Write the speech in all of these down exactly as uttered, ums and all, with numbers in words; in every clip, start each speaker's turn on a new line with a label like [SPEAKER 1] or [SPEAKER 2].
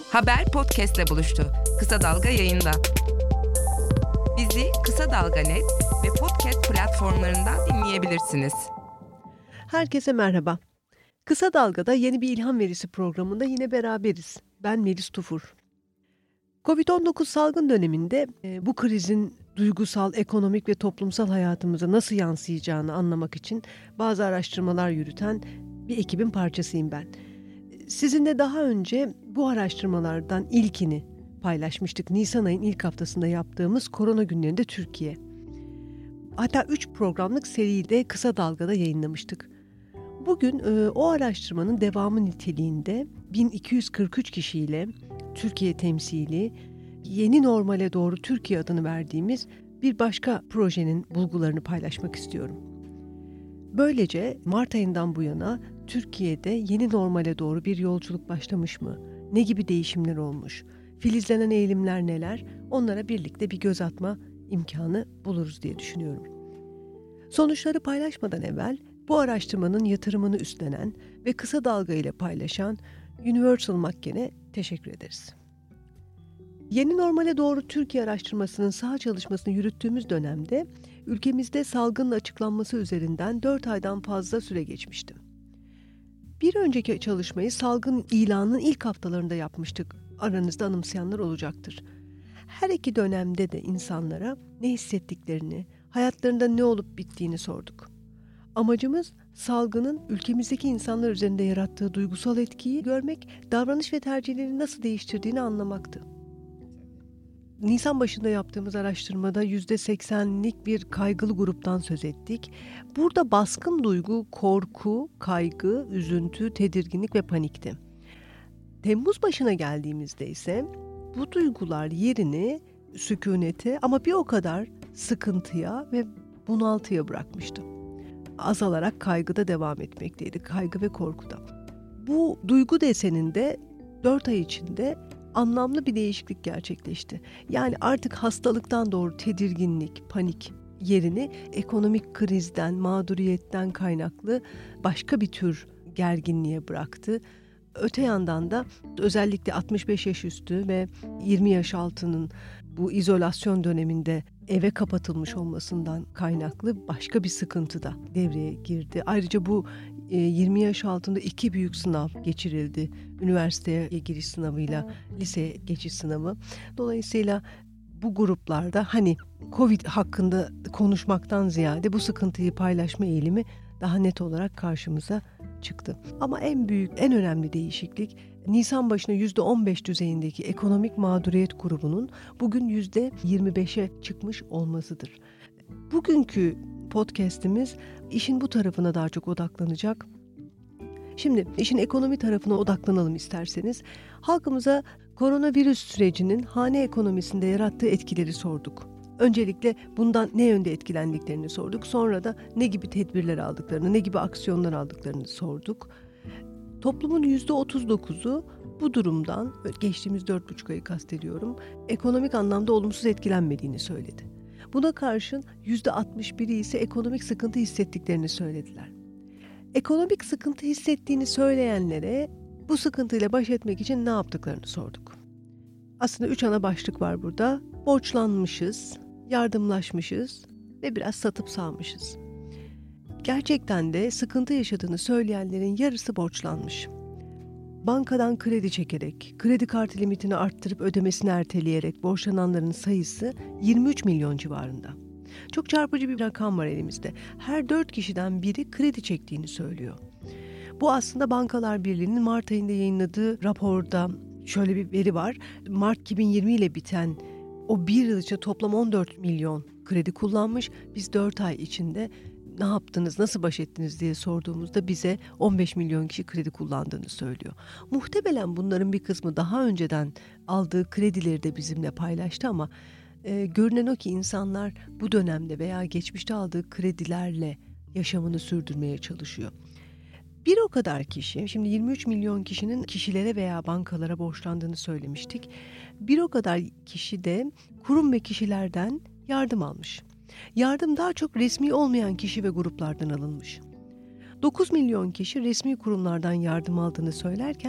[SPEAKER 1] Haber podcast'le buluştu. Kısa Dalga yayında. Bizi Kısa Dalga Net ve podcast platformlarından dinleyebilirsiniz.
[SPEAKER 2] Herkese merhaba. Kısa Dalga'da yeni bir ilham verisi programında yine beraberiz. Ben Melis Tufur. kovid on dokuz salgın döneminde e, bu krizin duygusal, ekonomik ve toplumsal hayatımıza nasıl yansıyacağını anlamak için bazı araştırmalar yürüten bir ekibin parçasıyım ben. Sizinle daha önce bu araştırmalardan ilkini paylaşmıştık. Nisan ayının ilk haftasında yaptığımız Korona Günlerinde Türkiye. Hatta üç programlık seriyi de Kısa Dalga'da yayınlamıştık. Bugün e, o araştırmanın devamı niteliğinde bin iki yüz kırk üç kişiyle Türkiye temsili Yeni Normale Doğru Türkiye adını verdiğimiz bir başka projenin bulgularını paylaşmak istiyorum. Böylece Mart ayından bu yana Türkiye'de yeni normale doğru bir yolculuk başlamış mı? Ne gibi değişimler olmuş? Filizlenen eğilimler neler? Onlara birlikte bir göz atma imkanı buluruz diye düşünüyorum. Sonuçları paylaşmadan evvel bu araştırmanın yatırımını üstlenen ve Kısa Dalga ile paylaşan Universal Makken'e teşekkür ederiz. Yeni Normale Doğru Türkiye araştırmasının saha çalışmasını yürüttüğümüz dönemde ülkemizde salgının açıklanması üzerinden dört aydan fazla süre geçmişti. Bir önceki çalışmayı salgın ilanının ilk haftalarında yapmıştık. Aranızda anımsayanlar olacaktır. Her iki dönemde de insanlara ne hissettiklerini, hayatlarında ne olup bittiğini sorduk. Amacımız salgının ülkemizdeki insanlar üzerinde yarattığı duygusal etkiyi görmek, davranış ve tercihleri nasıl değiştirdiğini anlamaktı. Nisan başında yaptığımız araştırmada yüzde seksenlik bir kaygılı gruptan söz ettik. Burada baskın duygu, korku, kaygı, üzüntü, tedirginlik ve panikti. Temmuz başına geldiğimizde ise bu duygular yerini sükunete ama bir o kadar sıkıntıya ve bunaltıya bırakmıştı. Azalarak kaygıda devam etmekteydi, kaygı ve korkuda. Bu duygu deseninde dört ay içinde anlamlı bir değişiklik gerçekleşti. Yani artık hastalıktan doğru tedirginlik, panik yerini ekonomik krizden, mağduriyetten kaynaklı başka bir tür gerginliğe bıraktı. Öte yandan da özellikle altmış beş yaş üstü ve yirmi yaş altının bu izolasyon döneminde eve kapatılmış olmasından kaynaklı başka bir sıkıntı da devreye girdi. Ayrıca bu yirmi yaş altında iki büyük sınav geçirildi. Üniversiteye giriş sınavıyla liseye geçiş sınavı. Dolayısıyla bu gruplarda hani Covid hakkında konuşmaktan ziyade bu sıkıntıyı paylaşma eğilimi daha net olarak karşımıza çıktı. Ama en büyük, en önemli değişiklik Nisan başına yüzde on beş düzeyindeki ekonomik mağduriyet grubunun bugün yüzde yirmi beşe çıkmış olmasıdır. Bugünkü podcast'imiz işin bu tarafına daha çok odaklanacak. Şimdi işin ekonomi tarafına odaklanalım isterseniz. Halkımıza koronavirüs sürecinin hane ekonomisinde yarattığı etkileri sorduk. Öncelikle bundan ne yönde etkilendiklerini sorduk. Sonra da ne gibi tedbirler aldıklarını, ne gibi aksiyonlar aldıklarını sorduk. Toplumun yüzde otuz dokuzu bu durumdan, geçtiğimiz dört buçuk ayı kastediyorum, ekonomik anlamda olumsuz etkilenmediğini söyledi. Buna karşın yüzde altmış biri ise ekonomik sıkıntı hissettiklerini söylediler. Ekonomik sıkıntı hissettiğini söyleyenlere bu sıkıntıyla baş etmek için ne yaptıklarını sorduk. Aslında üç ana başlık var burada. Borçlanmışız, yardımlaşmışız ve biraz satıp salmışız. Gerçekten de sıkıntı yaşadığını söyleyenlerin yarısı borçlanmış. Bankadan kredi çekerek, kredi kartı limitini arttırıp ödemesini erteleyerek borçlananların sayısı yirmi üç milyon civarında. Çok çarpıcı bir rakam var elimizde. Her dört kişiden biri kredi çektiğini söylüyor. Bu aslında Bankalar Birliği'nin Mart ayında yayınladığı raporda şöyle bir veri var. Mart iki bin yirmi ile biten o bir yıl içinde toplam on dört milyon kredi kullanmış. Biz dört ay içinde ne yaptınız, nasıl baş ettiniz diye sorduğumuzda bize on beş milyon kişi kredi kullandığını söylüyor. Muhtemelen bunların bir kısmı daha önceden aldığı kredileri de bizimle paylaştı ama e, görünen o ki insanlar bu dönemde veya geçmişte aldığı kredilerle yaşamını sürdürmeye çalışıyor. Bir o kadar kişi, şimdi yirmi üç milyon kişinin kişilere veya bankalara borçlandığını söylemiştik. Bir o kadar kişi de kurum ve kişilerden yardım almış. Yardım daha çok resmi olmayan kişi ve gruplardan alınmış. dokuz milyon kişi resmi kurumlardan yardım aldığını söylerken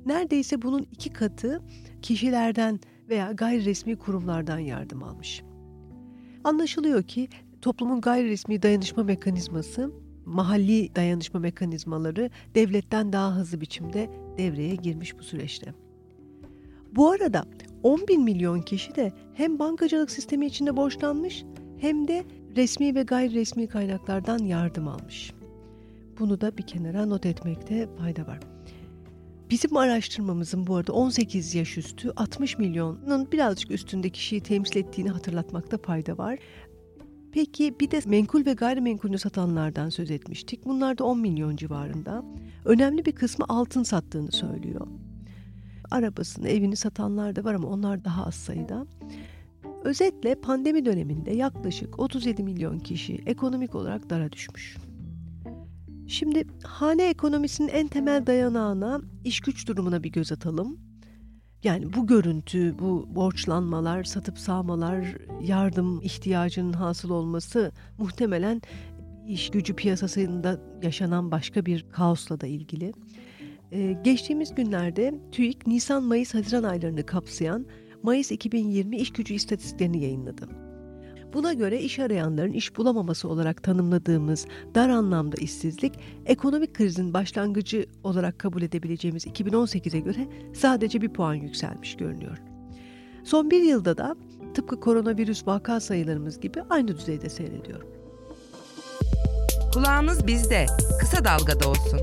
[SPEAKER 2] Neredeyse bunun iki katı kişilerden veya gayri resmi kurumlardan yardım almış. Anlaşılıyor ki toplumun gayri resmi dayanışma mekanizması, mahalli dayanışma mekanizmaları devletten daha hızlı biçimde devreye girmiş bu süreçte. Bu arada on bin milyon kişi de hem bankacılık sistemi içinde borçlanmış hem de resmi ve gayri resmi kaynaklardan yardım almış. Bunu da bir kenara not etmekte fayda var. Bizim araştırmamızın bu arada on sekiz yaş üstü altmış milyonun birazcık üstünde kişiyi temsil ettiğini hatırlatmakta fayda var. Peki bir de menkul ve gayrimenkulünü satanlardan söz etmiştik. Bunlar da on milyon civarında. Önemli bir kısmı altın sattığını söylüyor. Arabasını, evini satanlar da var ama onlar daha az sayıda. Özetle pandemi döneminde yaklaşık otuz yedi milyon kişi ekonomik olarak dara düşmüş. Şimdi hane ekonomisinin en temel dayanağına, iş güç durumuna bir göz atalım. Yani bu görüntü, bu borçlanmalar, satıp sağmalar, yardım ihtiyacının hasıl olması muhtemelen iş gücü piyasasında yaşanan başka bir kaosla da ilgili. Ee, geçtiğimiz günlerde TÜİK, Nisan, Mayıs, Haziran aylarını kapsayan Mayıs iki bin yirmi iş gücü istatistiklerini yayınladı. Buna göre iş arayanların iş bulamaması olarak tanımladığımız dar anlamda işsizlik, ekonomik krizin başlangıcı olarak kabul edebileceğimiz iki bin on sekize göre sadece bir puan yükselmiş görünüyor. Son bir yılda da tıpkı koronavirüs vaka sayılarımız gibi aynı düzeyde seyrediyor.
[SPEAKER 1] Kulağınız bizde, Kısa Dalga'da olsun.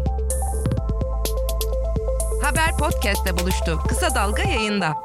[SPEAKER 1] Haber Podcast'te buluştu. Kısa Dalga yayında.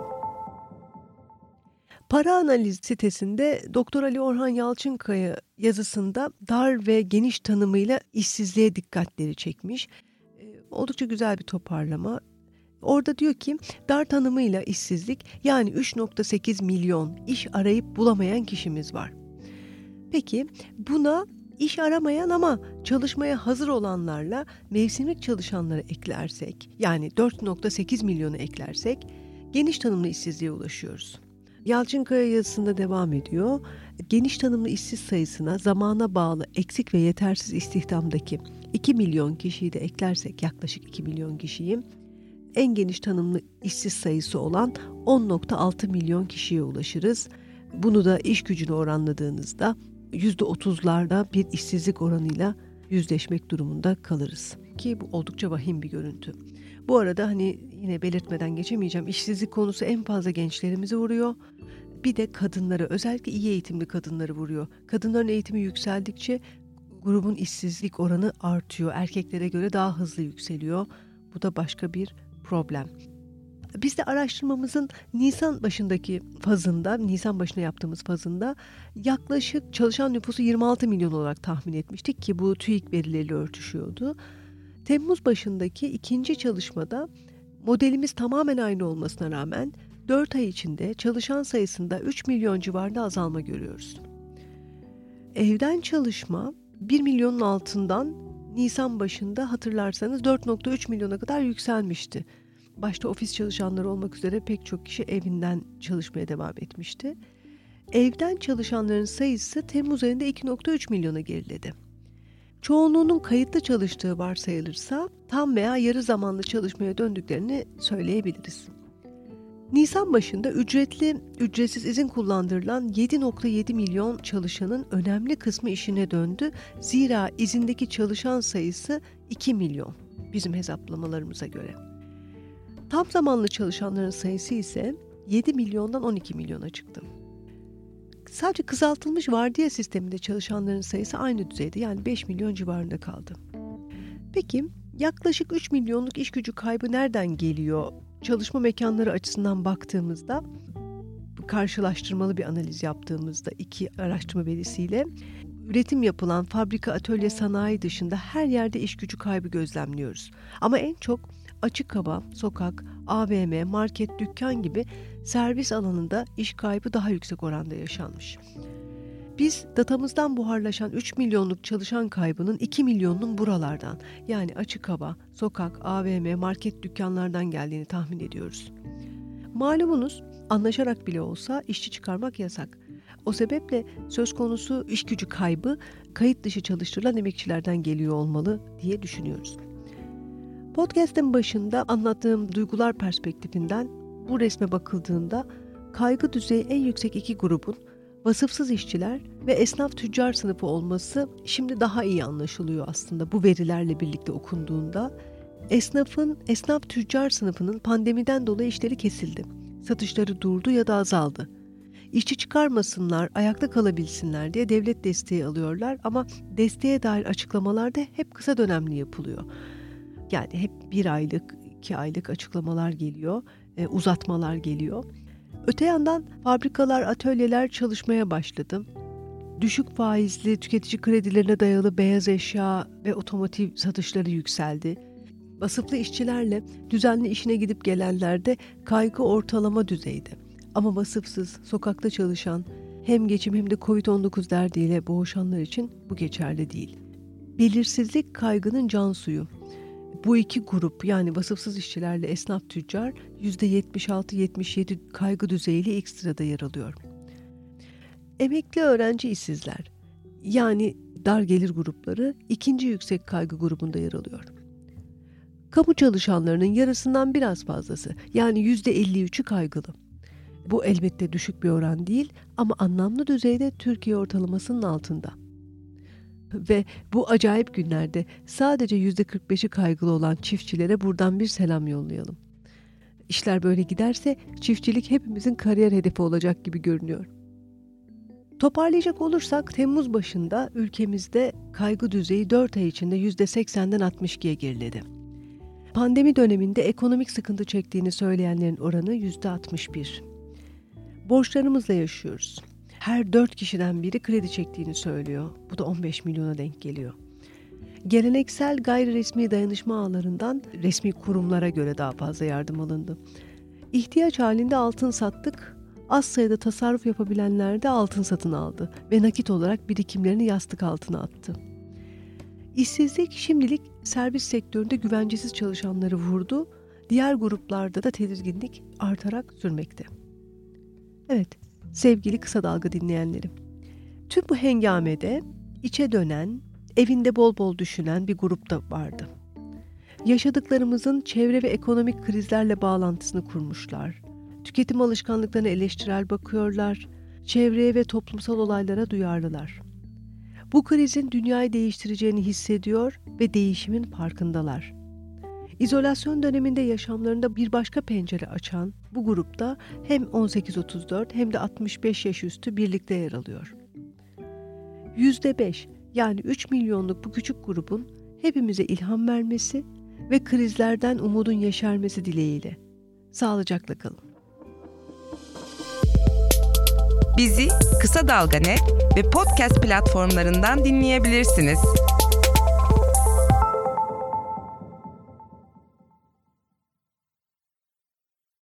[SPEAKER 2] Para Analiz sitesinde Doktor Ali Orhan Yalçınkaya yazısında dar ve geniş tanımıyla işsizliğe dikkatleri çekmiş. Oldukça güzel bir toparlama. Orada diyor ki dar tanımıyla işsizlik, yani üç virgül sekiz milyon iş arayıp bulamayan kişimiz var. Peki buna iş aramayan ama çalışmaya hazır olanlarla mevsimlik çalışanları eklersek, yani dört virgül sekiz milyonu eklersek geniş tanımlı işsizliğe ulaşıyoruz. Yalçınkaya yazısında devam ediyor. Geniş tanımlı işsiz sayısına zamana bağlı eksik ve yetersiz istihdamdaki iki milyon kişiyi de eklersek, yaklaşık iki milyon kişiyi, en geniş tanımlı işsiz sayısı olan on virgül altı milyon kişiye ulaşırız. Bunu da iş gücüne oranladığınızda yüzde otuzlarda bir işsizlik oranıyla yüzleşmek durumunda kalırız. Ki bu oldukça vahim bir görüntü. Bu arada hani yine belirtmeden geçemeyeceğim, işsizlik konusu en fazla gençlerimizi vuruyor. Bir de kadınları, özellikle iyi eğitimli kadınları vuruyor. Kadınların eğitimi yükseldikçe grubun işsizlik oranı artıyor. Erkeklere göre daha hızlı yükseliyor. Bu da başka bir problem. Biz de araştırmamızın Nisan başındaki fazında, Nisan başına yaptığımız fazında yaklaşık çalışan nüfusu yirmi altı milyon olarak tahmin etmiştik ki bu TÜİK verileriyle örtüşüyordu. Temmuz başındaki ikinci çalışmada modelimiz tamamen aynı olmasına rağmen dört ay içinde çalışan sayısında üç milyon civarında azalma görüyoruz. Evden çalışma bir milyonun altından Nisan başında hatırlarsanız dört virgül üç milyona kadar yükselmişti. Başta ofis çalışanları olmak üzere pek çok kişi evinden çalışmaya devam etmişti. Evden çalışanların sayısı Temmuz ayında iki virgül üç milyona geriledi. Çoğunluğunun kayıtlı çalıştığı varsayılırsa tam veya yarı zamanlı çalışmaya döndüklerini söyleyebiliriz. Nisan başında ücretli, ücretsiz izin kullandırılan yedi virgül yedi milyon çalışanın önemli kısmı işine döndü. Zira izindeki çalışan sayısı iki milyon bizim hesaplamalarımıza göre. Tam zamanlı çalışanların sayısı ise yedi milyondan on iki milyona çıktı. Sadece kısaltılmış vardiya sisteminde çalışanların sayısı aynı düzeyde, yani beş milyon civarında kaldı. Peki yaklaşık üç milyonluk iş gücü kaybı nereden geliyor? Çalışma mekanları açısından baktığımızda, karşılaştırmalı bir analiz yaptığımızda iki araştırma verisiyle üretim yapılan fabrika, atölye, sanayi dışında her yerde iş gücü kaybı gözlemliyoruz. Ama en çok açık hava, sokak, A V M, market, dükkan gibi servis alanında iş kaybı daha yüksek oranda yaşanmış. Biz datamızdan buharlaşan üç milyonluk çalışan kaybının iki milyonunun buralardan, yani açık hava, sokak, A V M, market, dükkanlardan geldiğini tahmin ediyoruz. Malumunuz anlaşarak bile olsa işçi çıkarmak yasak. O sebeple söz konusu iş gücü kaybı kayıt dışı çalıştırılan emekçilerden geliyor olmalı diye düşünüyoruz. Podcast'ın başında anlattığım duygular perspektifinden bu resme bakıldığında kaygı düzeyi en yüksek iki grubun vasıfsız işçiler ve esnaf tüccar sınıfı olması şimdi daha iyi anlaşılıyor aslında bu verilerle birlikte okunduğunda. Esnafın, esnaf tüccar sınıfının pandemiden dolayı işleri kesildi. Satışları durdu ya da azaldı. İşçi çıkarmasınlar, ayakta kalabilsinler diye devlet desteği alıyorlar ama desteğe dair açıklamalar da hep kısa dönemli yapılıyor. Yani hep bir aylık, iki aylık açıklamalar geliyor, e, uzatmalar geliyor. Öte yandan fabrikalar, atölyeler çalışmaya başladı. Düşük faizli tüketici kredilerine dayalı beyaz eşya ve otomotiv satışları yükseldi. Vasıflı işçilerle düzenli işine gidip gelenlerde kaygı ortalama düzeyde. Ama vasıfsız, sokakta çalışan, hem geçim hem de kovid on dokuz derdiyle boğuşanlar için bu geçerli değil. Belirsizlik kaygının can suyu. Bu iki grup yani vasıfsız işçilerle esnaf tüccar yüzde yetmiş altı yetmiş yedi kaygı düzeyiyle ilk sırada yer alıyor. Emekli öğrenci işsizler yani dar gelir grupları ikinci yüksek kaygı grubunda yer alıyor. Kamu çalışanlarının yarısından biraz fazlası yani yüzde elli üçü kaygılı. Bu elbette düşük bir oran değil ama anlamlı düzeyde Türkiye ortalamasının altında. Ve bu acayip günlerde sadece yüzde kırk beşi kaygılı olan çiftçilere buradan bir selam yollayalım. İşler böyle giderse çiftçilik hepimizin kariyer hedefi olacak gibi görünüyor. Toparlayacak olursak Temmuz başında ülkemizde kaygı düzeyi dört ay içinde yüzde seksenden altmış ikiye geriledi. Pandemi döneminde ekonomik sıkıntı çektiğini söyleyenlerin oranı yüzde altmış bir. Borçlarımızla yaşıyoruz. Her dört kişiden biri kredi çektiğini söylüyor. Bu da on beş milyona denk geliyor. Geleneksel gayri resmi dayanışma ağlarından resmi kurumlara göre daha fazla yardım alındı. İhtiyaç halinde altın sattık, az sayıda tasarruf yapabilenler de altın satın aldı ve nakit olarak birikimlerini yastık altına attı. İşsizlik şimdilik servis sektöründe güvencesiz çalışanları vurdu, diğer gruplarda da tedirginlik artarak sürmekte. Evet, sevgili Kısa Dalga dinleyenlerim, tüm bu hengamede içe dönen, evinde bol bol düşünen bir grup da vardı. Yaşadıklarımızın çevre ve ekonomik krizlerle bağlantısını kurmuşlar. Tüketim alışkanlıklarına eleştirel bakıyorlar, çevreye ve toplumsal olaylara duyarlılar. Bu krizin dünyayı değiştireceğini hissediyor ve değişimin farkındalar. İzolasyon döneminde yaşamlarında bir başka pencere açan bu grupta hem on sekiz otuz dört hem de altmış beş yaş üstü birlikte yer alıyor. yüzde beş yani üç milyonluk bu küçük grubun hepimize ilham vermesi ve krizlerden umudun yeşermesi dileğiyle. Sağlıcakla kalın.
[SPEAKER 1] Bizi Kısa Dalga Net ve podcast platformlarından dinleyebilirsiniz.